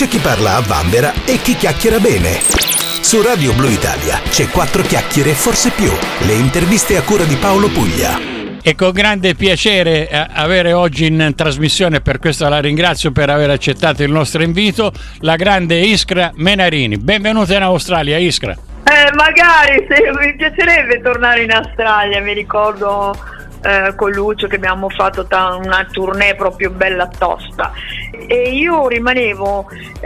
C'è chi parla a vanvera e chi chiacchiera bene. Su Radio Blu Italia c'è 4 chiacchiere, forse più. Le interviste a cura di Paolo Puglia. È con grande piacere avere oggi in trasmissione, per questo la ringrazio per aver accettato il nostro invito, la grande Iskra Menarini. Benvenuta in Australia, Iskra. Magari, mi piacerebbe tornare in Australia, mi ricordo con Lucio che abbiamo fatto una tournée proprio bella tosta e io rimanevo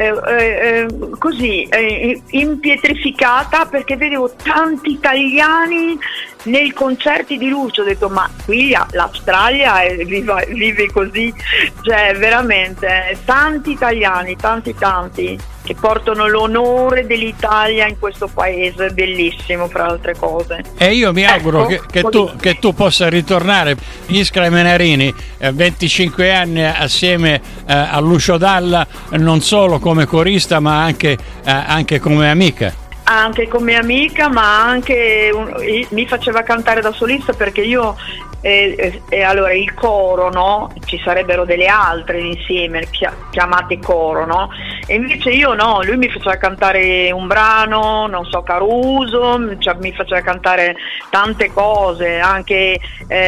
così impietrificata perché vedevo tanti italiani nei concerti di Lucio. Ho detto, ma qui l'Australia vive così, cioè veramente tanti italiani, tanti che portano l'onore dell'Italia in questo paese bellissimo, fra altre cose. E io mi auguro che tu possa ritornare. Iskra Menarini, 25 anni assieme a Lucio Dalla, non solo come corista ma anche come amica. Anche come amica, ma anche mi faceva cantare da solista, perché io allora il coro, no? Ci sarebbero delle altre insieme chiamate coro, no? E invece io no, lui mi faceva cantare un brano, non so, Caruso, mi faceva cantare tante cose, anche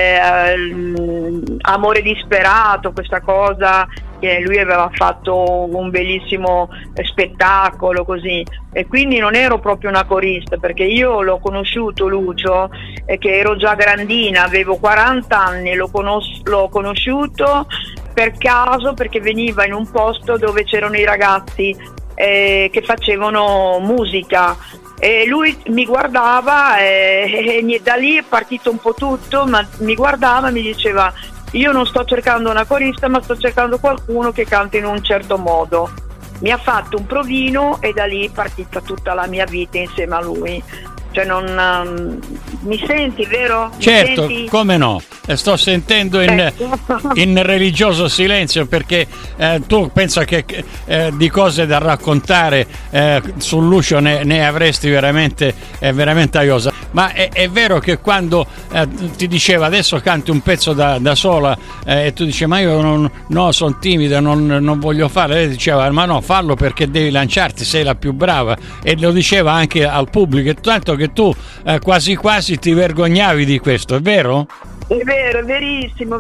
Amore disperato, questa cosa che lui aveva fatto un bellissimo spettacolo così, e quindi non ero proprio una corista, perché io l'ho conosciuto Lucio che ero già grandina, avevo 40 anni, l'ho conosciuto per caso, perché veniva in un posto dove c'erano i ragazzi che facevano musica e lui mi guardava e da lì è partito un po' tutto, ma mi guardava e mi diceva: io non sto cercando una corista, ma sto cercando qualcuno che canta in un certo modo. Mi ha fatto un provino e da lì è partita tutta la mia vita insieme a lui. Cioè mi senti, vero? Certo, senti? Come no? Sto sentendo in religioso silenzio, perché tu pensa che di cose da raccontare su Lucio ne avresti veramente a iosa. Ma è vero che quando ti diceva adesso canti un pezzo da sola e tu dici ma io sono timida, non voglio fare, lei diceva ma no, fallo perché devi lanciarti, sei la più brava, e lo diceva anche al pubblico, tanto che tu quasi quasi ti vergognavi di questo, è vero? È vero, è verissimo.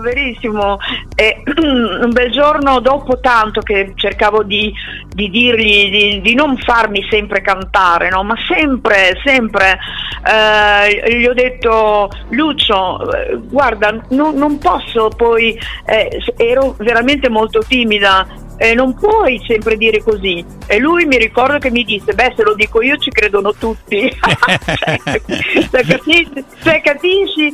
Un bel giorno, dopo tanto che cercavo di dirgli di non farmi sempre cantare, no? Ma sempre gli ho detto: Lucio, guarda, non posso, poi ero veramente molto timida, non puoi sempre dire così. E lui, mi ricordo che mi disse: beh, se lo dico io ci credono tutti. Capisci?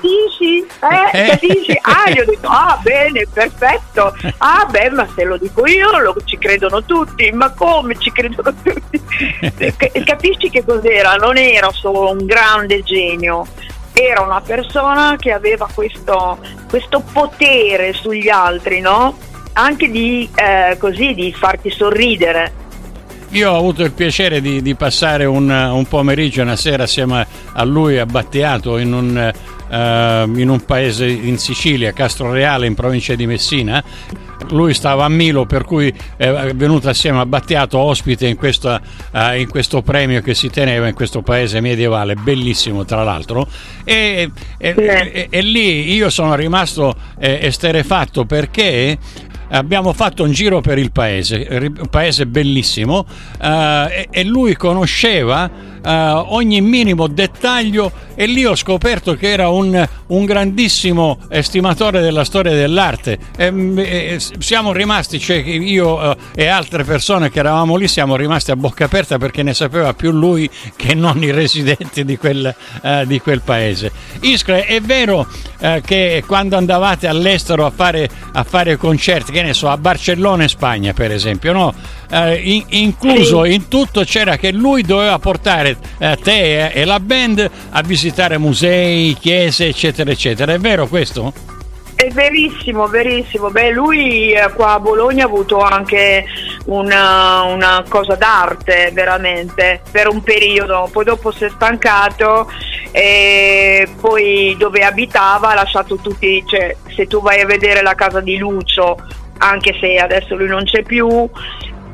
Gli ho detto: ah, bene, perfetto, ma se lo dico io ci credono tutti. Ma come ci credono tutti? Capisci che cos'era? Non era solo un grande genio, era una persona che aveva questo potere sugli altri, no? Anche di farti sorridere. Io ho avuto il piacere di passare un pomeriggio, una sera assieme a lui a Battiato, in un paese in Sicilia, Castroreale, in provincia di Messina. Lui stava a Milo, per cui è venuto assieme a Battiato ospite in questo premio che si teneva in questo paese medievale, bellissimo tra l'altro, e lì io sono rimasto esterrefatto, perché abbiamo fatto un giro per il paese, un paese bellissimo, e lui conosceva ogni minimo dettaglio, e lì ho scoperto che era un grandissimo estimatore della storia dell'arte. Siamo rimasti, cioè io e altre persone che eravamo lì, siamo rimasti a bocca aperta, perché ne sapeva più lui che non i residenti di quel paese. Iskra, è vero che quando andavate all'estero a fare concerti, che ne so, a Barcellona in Spagna per esempio, no? Incluso in tutto c'era che lui doveva portare te e la band a visitare musei, chiese, eccetera eccetera. È vero questo? È verissimo. Beh, lui qua a Bologna ha avuto anche una cosa d'arte, veramente, per un periodo. Poi dopo si è stancato, e poi dove abitava ha lasciato tutti, cioè se tu vai a vedere la casa di Lucio, anche se adesso lui non c'è più,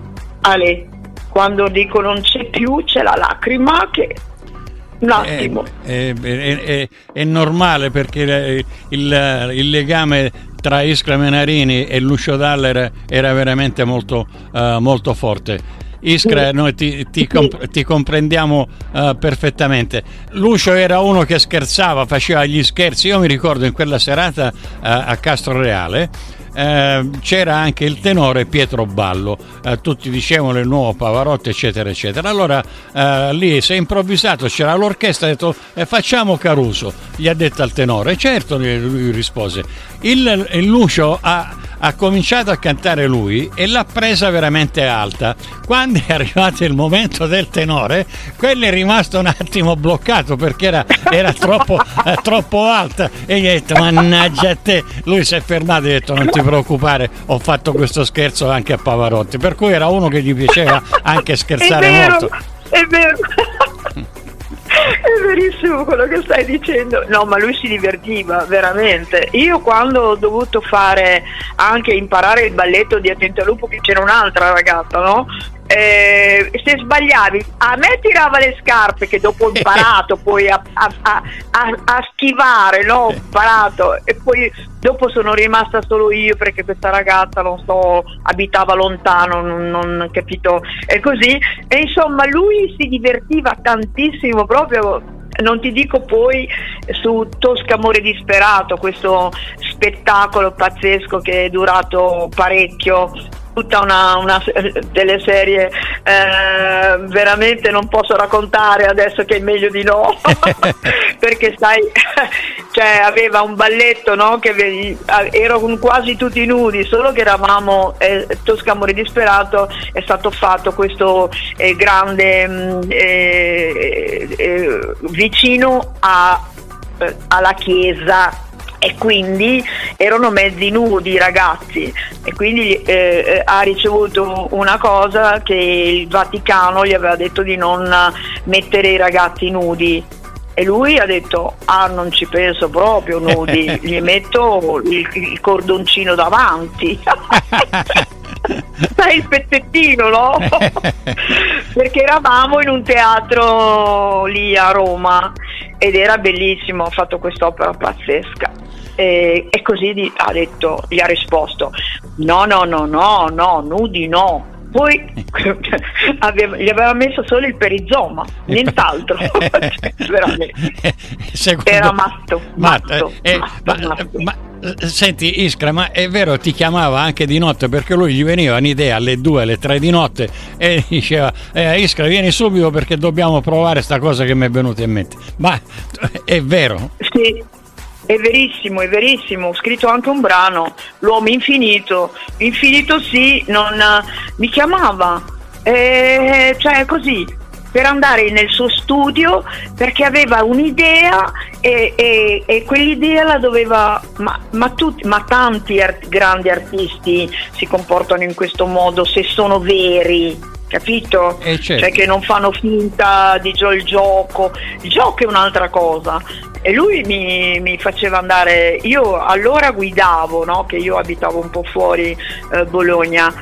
Ale, quando dico non c'è più, c'è la lacrima che un attimo. È normale, perché il legame tra Iskra Menarini e Lucio Dalla era veramente molto, molto forte. Iskra, noi ti comprendiamo perfettamente. Lucio era uno che scherzava, faceva gli scherzi. Io mi ricordo in quella serata a Castroreale c'era anche il tenore Pietro Ballo, tutti dicevano il nuovo Pavarotti, eccetera eccetera. Allora lì si è improvvisato, c'era l'orchestra, ha detto facciamo Caruso, gli ha detto al tenore. Certo, lui rispose. Il Lucio ha cominciato a cantare lui e l'ha presa veramente alta. Quando è arrivato il momento del tenore, quello è rimasto un attimo bloccato perché era troppo alta, e gli ha detto mannaggia a te. Lui si è fermato e ha detto non ti preoccupare, ho fatto questo scherzo anche a Pavarotti, per cui era uno che gli piaceva anche scherzare molto. È vero. È verissimo quello che stai dicendo. No, ma lui si divertiva veramente. Io quando ho dovuto fare anche imparare il balletto di Attento al lupo, che c'era un'altra ragazza, no? Se sbagliavi, a me tirava le scarpe, che dopo ho imparato poi a schivare, no? Ho imparato, e poi dopo sono rimasta solo io perché questa ragazza, non so, abitava lontano, non capito, e così. E insomma lui si divertiva tantissimo, proprio. Non ti dico poi su Tosca amore disperato, questo spettacolo pazzesco che è durato parecchio, tutta una delle serie veramente non posso raccontare adesso, che è meglio di no perché sai, cioè aveva un balletto, no, che erano quasi tutti nudi, solo che eravamo Tosca amore disperato è stato fatto questo grande vicino alla chiesa, e quindi erano mezzi nudi i ragazzi, e quindi ha ricevuto una cosa che il Vaticano gli aveva detto di non mettere i ragazzi nudi, e lui ha detto non ci penso proprio nudi, gli metto il cordoncino davanti sai, il pezzettino, no? Perché eravamo in un teatro lì a Roma ed era bellissimo, ho fatto quest'opera pazzesca. E così gli ha risposto no, nudi no. Poi gli aveva messo solo il perizoma, nient'altro. Veramente. Era matto. Ma senti Iskra, ma è vero, ti chiamava anche di notte, perché lui gli veniva un'idea alle 2, alle 3 di notte e diceva Iskra vieni subito perché dobbiamo provare sta cosa che mi è venuta in mente. Ma è vero? Sì. È verissimo, ho scritto anche un brano, L'uomo infinito sì, non mi chiamava, cioè così, per andare nel suo studio, perché aveva un'idea e quell'idea la doveva, ma tanti grandi artisti si comportano in questo modo se sono veri, capito? Certo. Cioè che non fanno finta di il gioco è un'altra cosa. E lui mi faceva andare, io allora guidavo, no? Che io abitavo un po' fuori Bologna,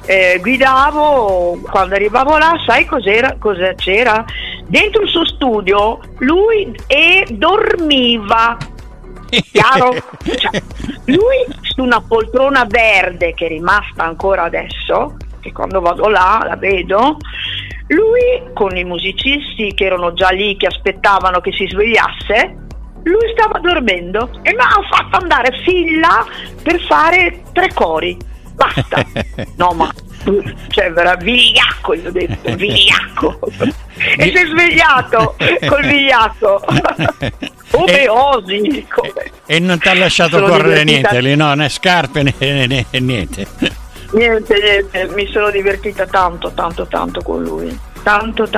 guidavo, quando arrivavo là, sai cosa c'era? Dentro il suo studio lui dormiva, chiaro? Cioè, lui su una poltrona verde che è rimasta ancora adesso, che quando vado là la vedo, lui con i musicisti che erano già lì, che aspettavano che si svegliasse, lui stava dormendo e mi ha fatto andare fila per fare 3 cori, basta. No, ma cioè era vigliacco, gli ho detto, vigliacco, e si è svegliato col vigliacco obeosi e non ti ha lasciato correre niente lì, no, né scarpe né niente. Niente, mi sono divertita tanto con lui, tanto,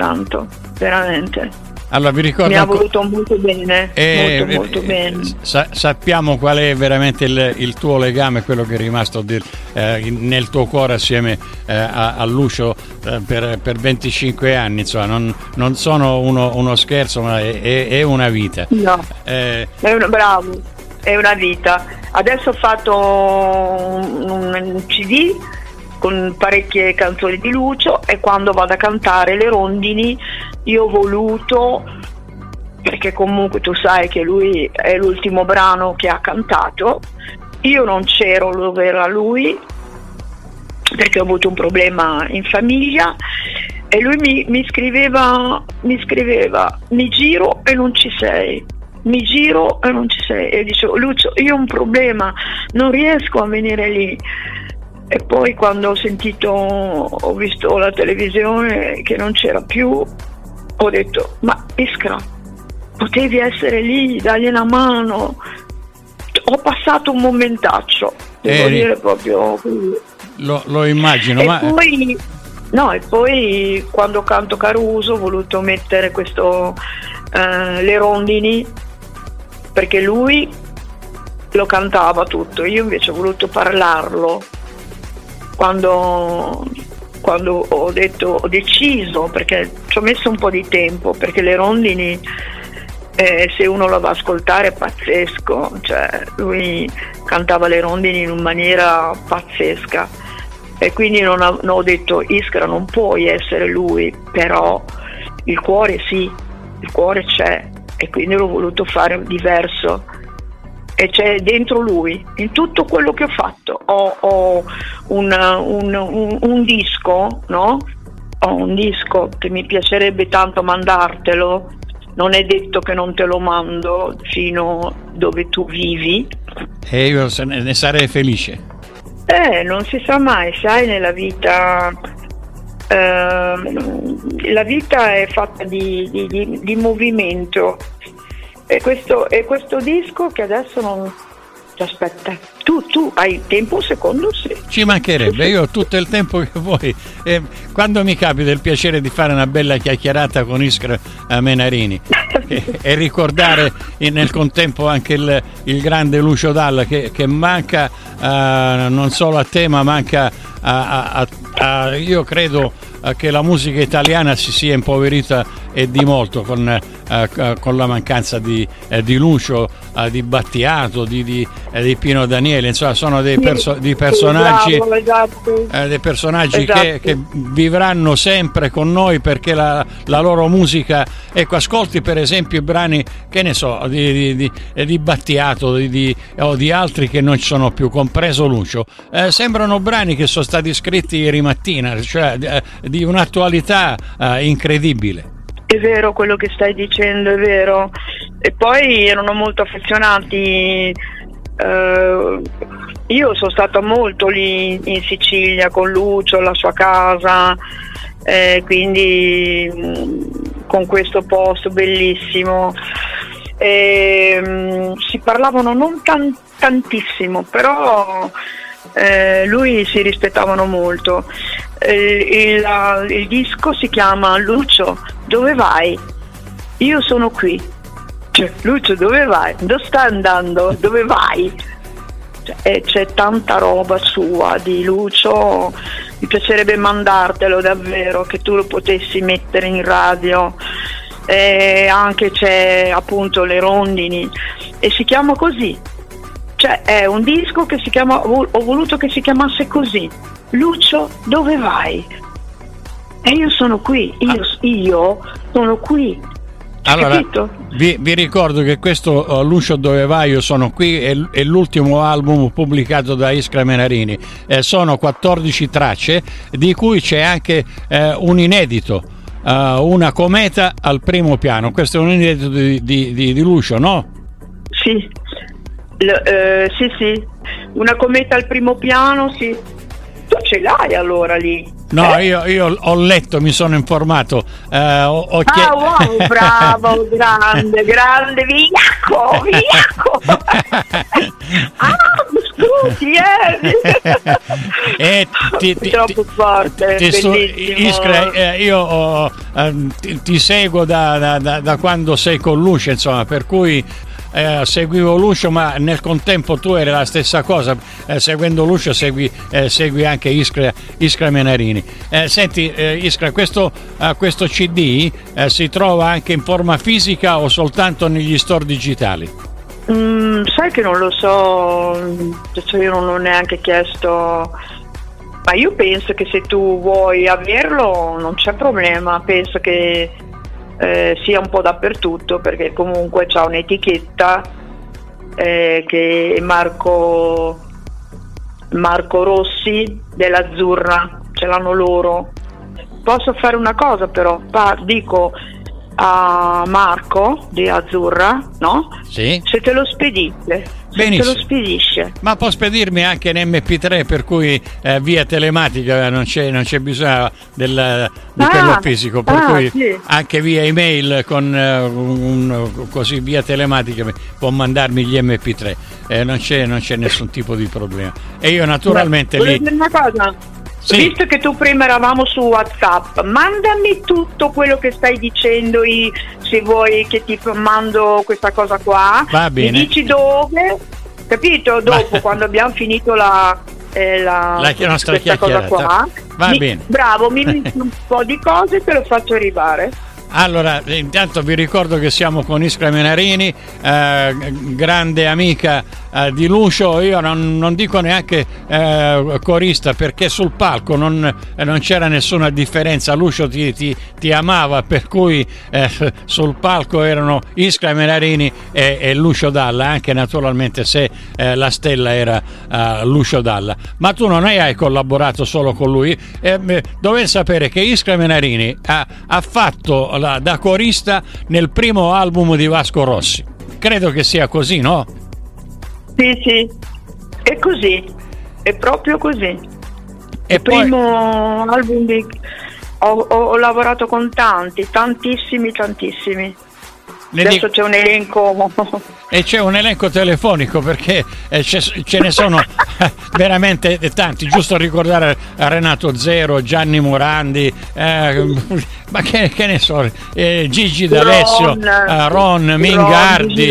veramente. Allora, vi ricordo, mi ha voluto molto bene, molto bene. Sappiamo qual è veramente il tuo legame, quello che è rimasto nel tuo cuore assieme a Lucio per 25 anni, insomma, non sono uno scherzo, ma è una vita. No, bravo, è una vita. Adesso ho fatto un CD con parecchie canzoni di Lucio, e quando vado a cantare le rondini io ho voluto, perché comunque tu sai che lui è l'ultimo brano che ha cantato, io non c'ero dove era lui perché ho avuto un problema in famiglia, e lui mi scriveva mi giro e non ci sei, mi giro e non ci sei, e dicevo Lucio, io ho un problema, non riesco a venire lì. E poi quando ho visto la televisione che non c'era più, ho detto ma Iskra, potevi essere lì, dargli una mano. Ho passato un momentaccio, devo dire proprio così. Lo immagino. E poi quando canto Caruso ho voluto mettere questo le rondini, perché lui lo cantava tutto, io invece ho voluto parlarlo. Quando ho deciso, perché ci ho messo un po' di tempo, perché le rondini, se uno lo va ad ascoltare, è pazzesco, cioè lui cantava le rondini in una maniera pazzesca, e quindi non ho detto Iskra, non puoi essere lui, però il cuore sì, il cuore c'è, e quindi l'ho voluto fare diverso, e c'è dentro lui, in tutto quello che ho fatto. Ho un disco, no? Ho un disco che mi piacerebbe tanto mandartelo, non è detto che non te lo mando fino dove tu vivi. E io ne sarei felice. Non si sa mai, sai, nella vita la vita è fatta di movimento, e questo disco che adesso non... Aspetta, tu hai tempo un secondo? Sì. Ci mancherebbe, io ho tutto il tempo che vuoi. Quando mi capita il piacere di fare una bella chiacchierata con Iskra Menarini e ricordare nel contempo anche il grande Lucio Dalla che manca non solo a te, ma manca io credo che la musica italiana si sia impoverita e di molto con la mancanza di Lucio, di Battiato, di Pino Daniele, insomma sono dei personaggi, bravo, esatto. Dei personaggi Esatto. che vivranno sempre con noi, perché la loro musica, ecco, ascolti per esempio i brani, che ne so, di Battiato o di altri che non ci sono più, compreso Lucio, sembrano brani che sono stati scritti ieri mattina, cioè di un'attualità incredibile. È vero quello che stai dicendo, è vero. E poi erano molto affezionati. Io sono stata molto lì in Sicilia con Lucio, la sua casa, quindi con questo posto bellissimo. Si parlavano non tantissimo, però lui si rispettavano molto. Il disco si chiama Lucio, dove vai? Io sono qui. Cioè, Lucio, dove vai? Dove stai andando? Dove vai? C'è tanta roba sua di Lucio, mi piacerebbe mandartelo davvero, che tu lo potessi mettere in radio. Anche c'è appunto le rondini, e si chiama così, cioè è un disco che si chiama, ho voluto che si chiamasse così, Lucio, dove vai? E io sono qui, io sono qui. Allora, vi ricordo che questo Lucio, dove vai, io sono qui, è l'ultimo album pubblicato da Iskra Menarini. Sono 14 tracce, di cui c'è anche un inedito, una cometa al primo piano. Questo è un inedito di Lucio, no? Sì. Sì, una cometa al primo piano, sì. Tu ce l'hai allora lì? No, io ho letto, mi sono informato. Wow, bravo, grande, vigliacco. Scusi, troppo forte, bellissimo. Iskra, io ti seguo da quando sei con Lucio, insomma, per cui seguivo Lucio, ma nel contempo tu eri la stessa cosa, seguendo Lucio segui anche Iskra Menarini. Senti, Iskra, questo CD si trova anche in forma fisica o soltanto negli store digitali? Sai che non lo so, io non ho neanche chiesto Ma io penso che se tu vuoi averlo non c'è problema, penso che sia un po' dappertutto, perché comunque c'ha un'etichetta che è Marco Rossi dell'Azzurra, ce l'hanno loro. Posso fare una cosa però, dico a Marco di Azzurra, no? Sì. Se te lo spedisce. Benissimo. Se te lo spedisce. Ma può spedirmi anche in MP3, per cui via telematica non c'è bisogno di quello fisico, per cui sì. Anche via email con così via telematica può mandarmi gli MP3, non c'è nessun tipo di problema. E io naturalmente volevo dire una cosa. Sì. Visto che tu prima eravamo su WhatsApp, mandami tutto quello che stai dicendo, se vuoi che ti mando questa cosa qua. Va bene. Mi dici dove, capito? Dopo, quando abbiamo finito la nostra chiacchierata. Cosa qua. Va bene. Bravo, mi metti un po' di cose e te lo faccio arrivare. Allora, intanto vi ricordo che siamo con Iskra Menarini, grande amica di Lucio. Io non dico neanche corista, perché sul palco non c'era nessuna differenza. Lucio ti amava, per cui sul palco erano Iskra Menarini e Lucio Dalla, anche naturalmente se la stella era Lucio Dalla. Ma tu non hai collaborato solo con lui. Dovete sapere che Iskra Menarini ha fatto da corista nel primo album di Vasco Rossi. Credo che sia così, no? Sì, è così, è proprio così. E il primo album ho lavorato con tantissimi. Adesso c'è un elenco. E c'è un elenco telefonico, perché ce ne sono veramente tanti. Giusto ricordare Renato Zero, Gianni Morandi, ma che ne so, Gigi D'Alessio, Ron Mingardi.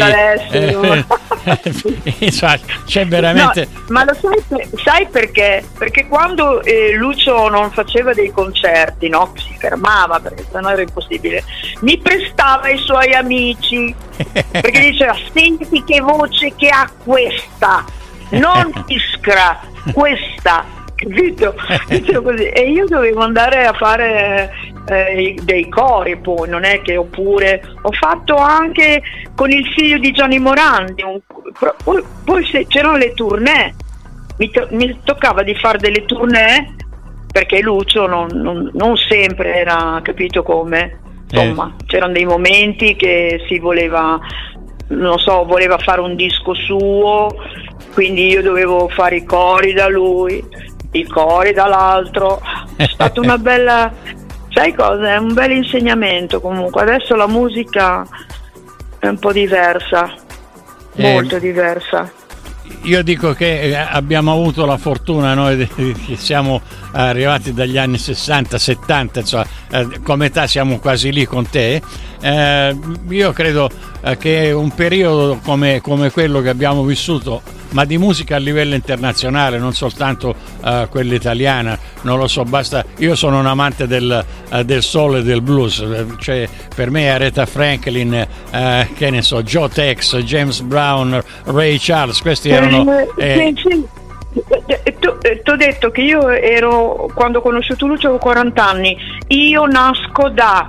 C'è veramente. No, ma lo sai perché? Perché quando Lucio non faceva dei concerti, no? Si fermava, perché sennò era impossibile. Mi prestava i suoi amici, perché diceva: senti che voce che ha questa, non Iskra, questa, capito? Dicevo così. E io dovevo andare a fare dei cori, poi non è che, oppure ho fatto anche con il figlio di Gianni Morandi, poi se c'erano le tournée, mi toccava di fare delle tournée, perché Lucio non sempre era, capito come? Insomma, c'erano dei momenti che si voleva, non so, voleva fare un disco suo, quindi io dovevo fare i cori da lui, i cori dall'altro. È stata una bella, sai cosa? È un bel insegnamento comunque. Adesso la musica è un po' diversa, molto diversa. Io dico che abbiamo avuto la fortuna, noi che siamo arrivati dagli anni 60-70, insomma, come età siamo quasi lì con te. Io credo che un periodo come quello che abbiamo vissuto, ma di musica a livello internazionale, non soltanto quella italiana, non lo so, basta. Io sono un amante del soul e del blues, cioè per me Aretha Franklin, che ne so, Joe Tex, James Brown, Ray Charles, questi erano sì. T'ho detto che io ero, quando ho conosciuto Lucio, avevo 40 anni. Io nasco da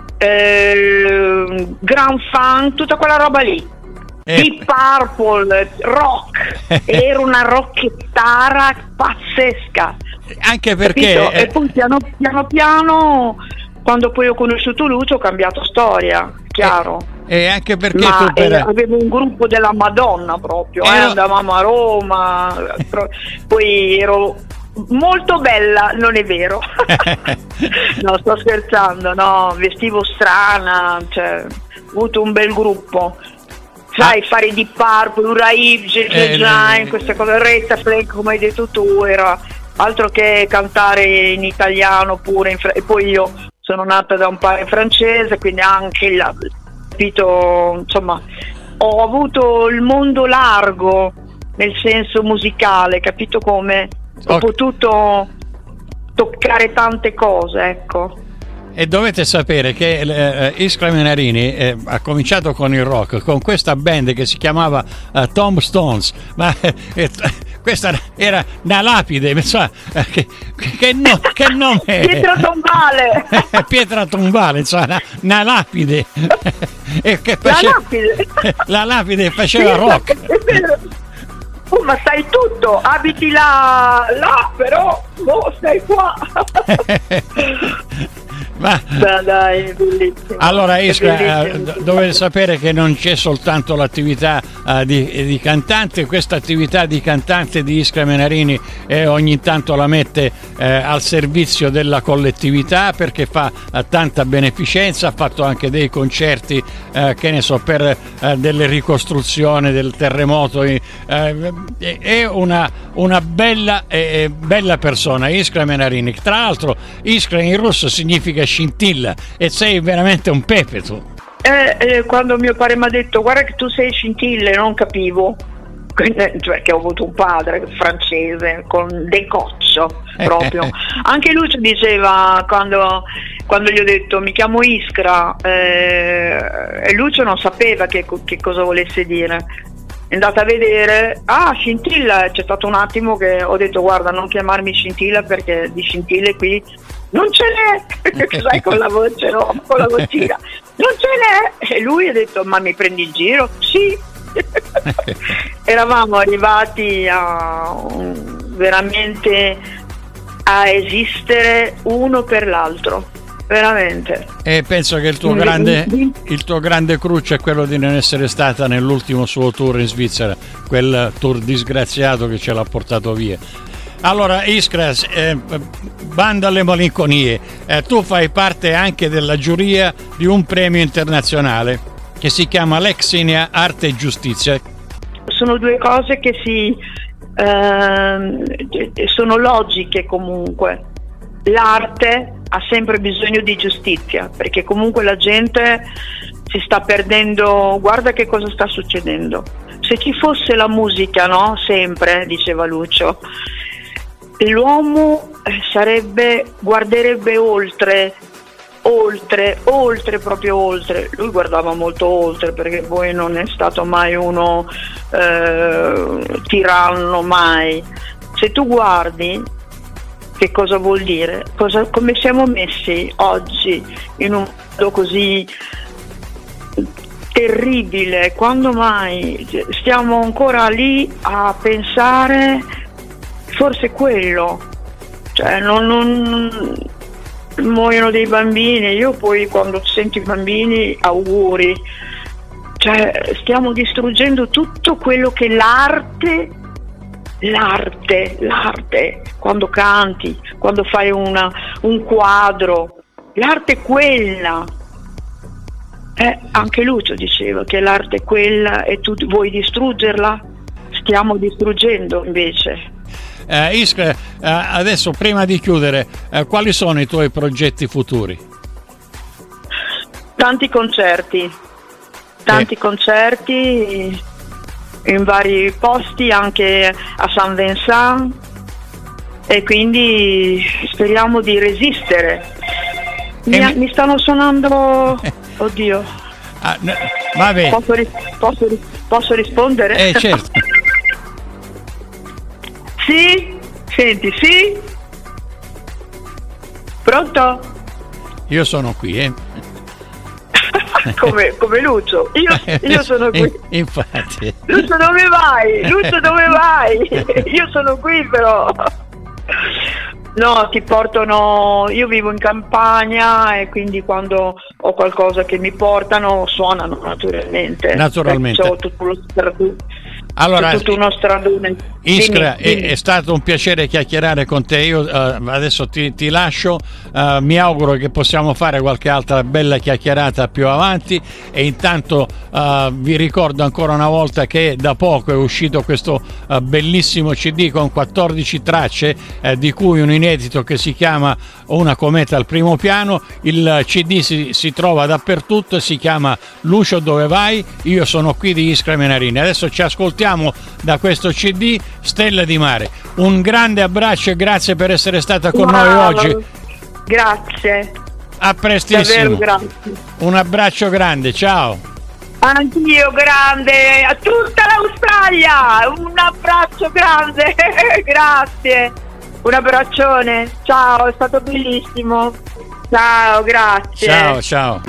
Grand Funk, tutta quella roba lì, Deep Purple, rock. Ero una rockettara pazzesca, anche perché e poi piano quando poi ho conosciuto Lucio ho cambiato storia, chiaro. E anche perché avevo un gruppo della Madonna proprio, andavamo a Roma, poi ero molto bella, non è vero? No, sto scherzando, no, vestivo strana, cioè, ho avuto un bel gruppo. Sai, fare di Purple, Uraib, Jain, queste cose, Retta Frank, come hai detto tu, era altro che cantare in italiano pure, e poi io sono nata da un padre francese, quindi anche capito, insomma, ho avuto il mondo largo nel senso musicale, capito come? Ho potuto toccare tante cose, ecco. E dovete sapere che Iskra Menarini ha cominciato con il rock, con questa band che si chiamava Tom Stones, ma questa era una lapide, insomma, che nome è? Pietra tombale. Pietra tombale, insomma, una lapide. La lapide faceva rock. È vero. Oh, ma sai tutto, abiti là, però stai qua. Ma dai, bellissimo. Allora Iskra, dovete sapere che non c'è soltanto l'attività di cantante, questa attività di cantante di Iskra Menarini ogni tanto la mette al servizio della collettività, perché fa tanta beneficenza, ha fatto anche dei concerti che ne so, per delle ricostruzioni del terremoto, è una bella persona Iskra Menarini. Tra l'altro Iskra in russo significa scintilla e sei veramente un pepe tu. Quando mio padre mi ha detto guarda che tu sei scintille, non capivo, cioè che ho avuto un padre francese con decoccio proprio. Anche lui ci diceva quando gli ho detto mi chiamo Iskra, e Lucio non sapeva che cosa volesse dire. È andata a vedere, scintilla, c'è stato un attimo che ho detto guarda non chiamarmi scintilla perché di scintille qui non ce n'è, sai, con la voce, no? Con la vocina, non ce n'è. E lui ha detto ma mi prendi in giro? Sì. Eravamo arrivati veramente a esistere uno per l'altro, veramente. E penso che il tuo grande cruccio è quello di non essere stata nell'ultimo suo tour in Svizzera, quel tour disgraziato che ce l'ha portato via. Allora Iskra, bando alle malinconie, tu fai parte anche della giuria di un premio internazionale che si chiama Lexicon Arte e Giustizia. Sono due cose che sono logiche comunque. L'arte ha sempre bisogno di giustizia, perché comunque la gente si sta perdendo, guarda che cosa sta succedendo. Se ci fosse la musica, no? Sempre, diceva Lucio, l'uomo guarderebbe oltre, proprio oltre. Lui guardava molto oltre, perché poi non è stato mai uno tiranno, mai. Se tu guardi che cosa vuol dire, come siamo messi oggi in un mondo così terribile, quando mai stiamo ancora lì a pensare, forse quello, cioè non muoiono dei bambini, io poi quando sento i bambini auguri, cioè stiamo distruggendo tutto quello che l'arte, quando canti, quando fai un quadro, l'arte è quella. Anche Lucio diceva che l'arte è quella e tu vuoi distruggerla? Stiamo distruggendo invece. Iskra, adesso prima di chiudere, quali sono i tuoi progetti futuri? Tanti concerti in vari posti, anche a Saint Vincent, e quindi speriamo di resistere. Mi stanno suonando, oddio. Vabbè. Posso rispondere? Certo. Sì? Senti, sì? Pronto? Io sono qui, come Lucio. Io sono qui. Infatti. Lucio dove vai? Io sono qui però. No, ti portano, io vivo in campagna e quindi quando ho qualcosa che mi portano suonano naturalmente. Ho tutto lo stradone. Allora, tutto uno stradone. Iskra, è stato un piacere chiacchierare con te. Io adesso ti lascio, mi auguro che possiamo fare qualche altra bella chiacchierata più avanti, e intanto vi ricordo ancora una volta che da poco è uscito questo bellissimo CD con 14 tracce, di cui un inedito che si chiama Una cometa al primo piano. Il CD si trova dappertutto e si chiama Lucio dove vai? Io sono qui di Iskra Menarini. Adesso ci ascoltiamo da questo CD Stella di mare. Un grande abbraccio e grazie per essere stata con noi oggi. Grazie. A prestissimo. Davvero grazie. Un abbraccio grande, ciao. Anch'io, grande, a tutta l'Australia, un abbraccio grande, grazie, un abbraccione, ciao, è stato bellissimo, ciao, grazie. Ciao, ciao.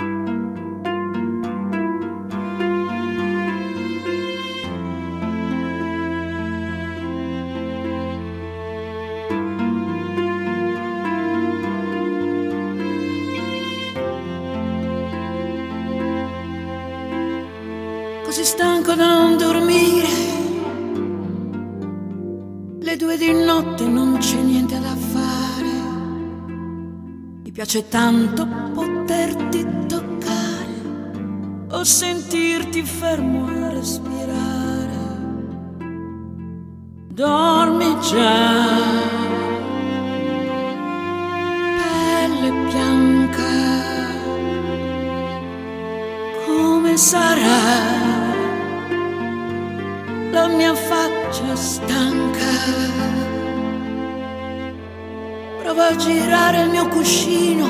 Così stanco da non dormire, le 2 di notte non c'è niente da fare. Mi piace tanto poterti toccare o sentirti fermo a respirare. Dormi già, pelle bianca, come sarà la mia faccia stanca? Provo a girare il mio cuscino,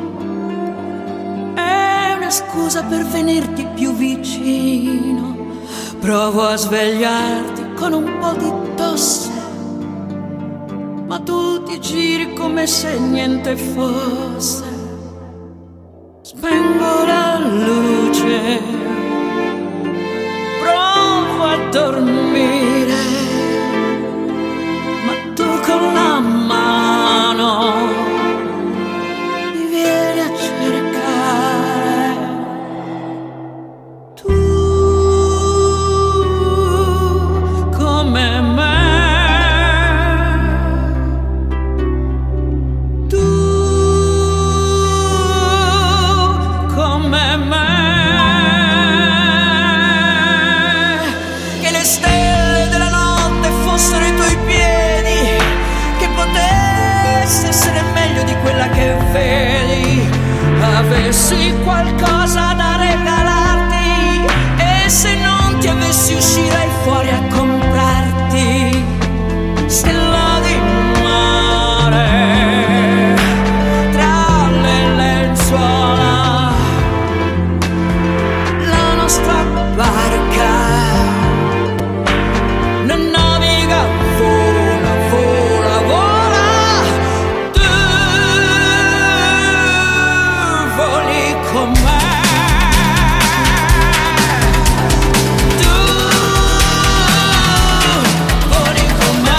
è una scusa per venirti più vicino. Provo a svegliarti con un po' di tosse, ma tu ti giri come se niente fosse. Spengo la luce, provo a dormire, ma tu con la mano mi vieni a cercare. Tu come me, tu come me. Quella che vedi, avessi qualcosa da regalarti, e se non ti avessi uscirei fuori a comprarti. Stella di mare tra le lenzuola, la nostra barca non naviga, vola, vola, vola. Con me, tu voli con me,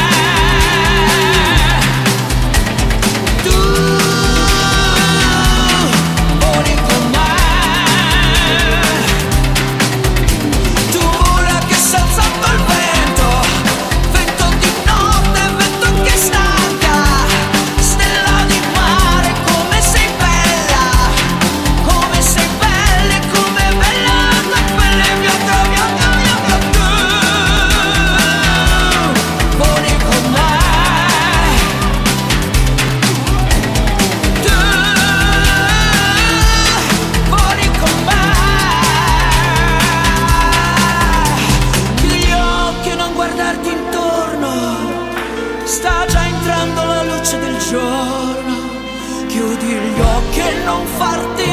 tu voli con me, tu vola che sta alzando il vento, vento di notte, vento che stanca, stella di mare, come sei bella, come sei bella e come bella la pelle mia, tu voli con me, tu voli con me. Chiudi gli occhi e non guardarti intorno, sta già entrando la luce del giorno. Chiudi gli occhi e non farti